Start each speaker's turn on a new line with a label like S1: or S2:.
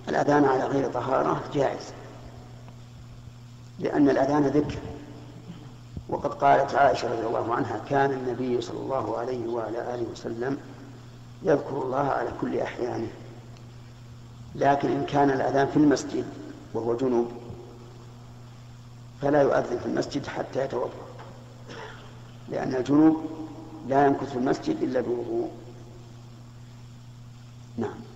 S1: الأذان على غير طهارة جائز، لأن الأذان ذكر، وقد قالت عائشة رضي الله عنها: كان النبي صلى الله عليه وعلى آله وسلم يذكر الله على كل أحيانه. لكن إن كان الأذان في المسجد وهو جنوب فلا يؤذن في المسجد حتى يتوضأ، لأن الجنوب لا يمكث في المسجد إلا بوضوء. نعم.